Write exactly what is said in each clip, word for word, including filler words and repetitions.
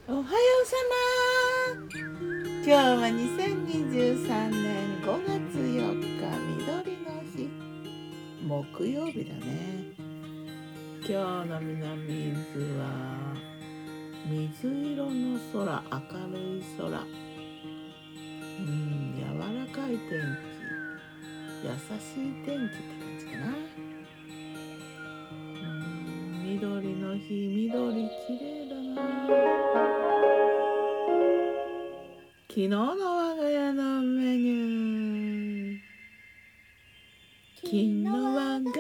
おはようさま。今日はにせんにじゅうさんねんごがつよっか、みどりの日、木曜日だね。今日の南伊豆は水色の空、明るい空、うん、柔らかい天気、優しい天気って感じかな。うん、緑の日、緑きれいだな。昨日の我が家のメニュー。昨日我がメニュ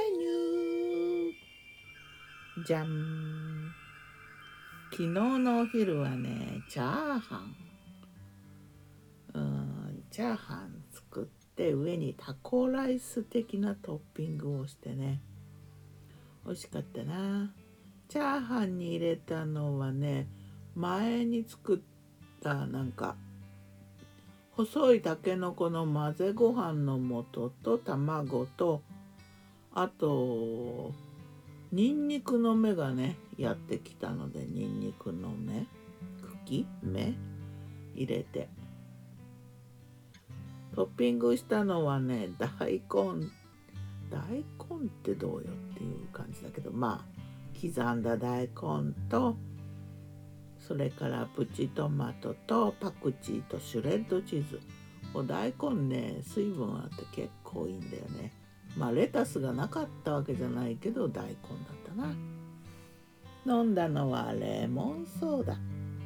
ー。じゃん。昨日のお昼はね、チャーハン。うん、チャーハン作って上にタコライス的なトッピングをしてね。美味しかったな。チャーハンに入れたのはね、前に作ったなんか細いたけのこの混ぜご飯の素と卵と、あとにんにくの芽がねやってきたので、にんにくの芽茎芽入れてトッピングしたのはね、大根大根ってどうよっていう感じだけど、まあ刻んだ大根と、それからプチトマトとパクチーとシュレッドチーズ。大根ね、水分あって結構いいんだよね。まあレタスがなかったわけじゃないけど大根だったな。飲んだのはレモンソーダ。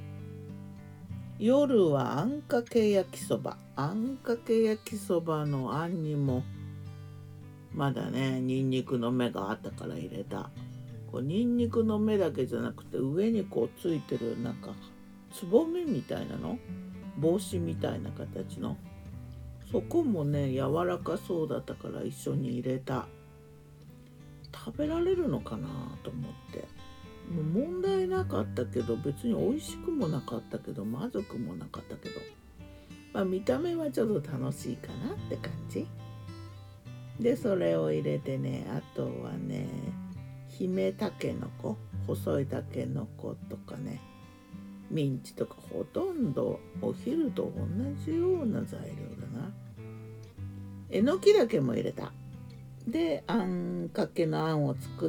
夜はあんかけ焼きそば。あんかけ焼きそばのあんにもまだねにんにくの芽があったから入れた。こうにんにくの芽だけじゃなくて、上にこうついてるなんかつぼみみたいなの、帽子みたいな形の、そこもね柔らかそうだったから一緒に入れた。食べられるのかなと思って、もう問題なかったけど、別に美味しくもなかったけどまずくもなかったけど、まあ見た目はちょっと楽しいかなって感じで、それを入れてね、あとはね姫たけのこ、細いたけのことかね、ミンチとか、ほとんどお昼と同じような材料だな。えのきだけも入れた。であんかけのあんを作って、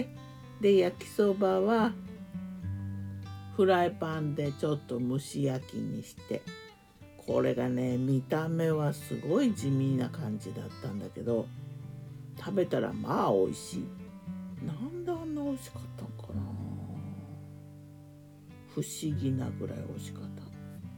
で焼きそばはフライパンでちょっと蒸し焼きにして、これがね見た目はすごい地味な感じだったんだけど、食べたらまあ美味しい。なんであんな美味しかったのかな、不思議なぐらい美味しかった。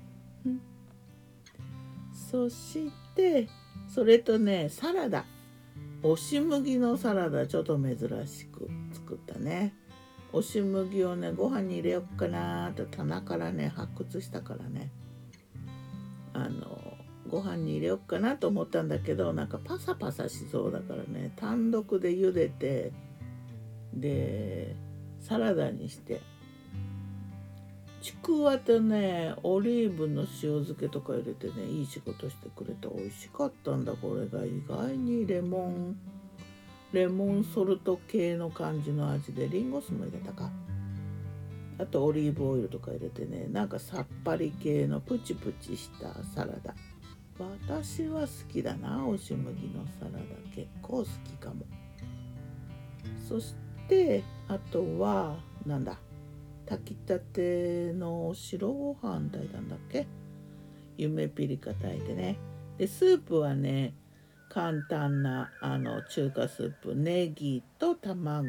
そしてそれとねサラダ、押し麦のサラダ、ちょっと珍しく作ったね。押し麦をねご飯に入れよっかなと棚からね発掘したからね、あのご飯に入れよっかなと思ったんだけど、なんかパサパサしそうだからね、単独で茹でて、でサラダにして、ちくわとねオリーブの塩漬けとか入れてね、いい仕事してくれて美味しかったんだ。これが意外にレモンレモンソルト系の感じの味で、リンゴ酢も入れたか、あとオリーブオイルとか入れてね、なんかさっぱり系のプチプチしたサラダ。私は好きだな、押し麦のサラダ結構好きかも。そしてあとはなんだ、炊きたての白ご飯炊いたんだっけ、夢ピリカ炊いてね。でスープはね簡単なあの中華スープ、ネギと卵、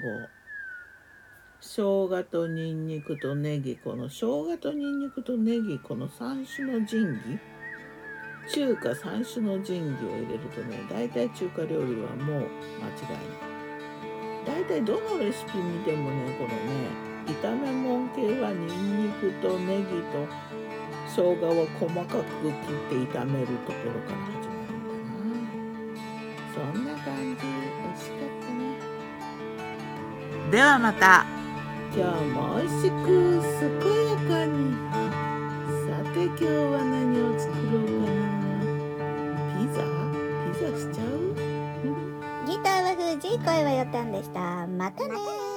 生姜とニンニクとネギ、この生姜とニンニクとネギ、このさん種の神器、中華さん種の神器を入れるとね、大体中華料理はもう間違いない。大体どのレシピ見てもね、このね炒め物系はニンニクとネギと生姜を細かく切って炒めるところから始まるんだな。そんな感じ、美味しかったね。ではまた。今日も美味しく健やかに。さて今日は何を作ろうかな。ピザピザしちゃう？ ギターは藤井、声はよたんでした。またね。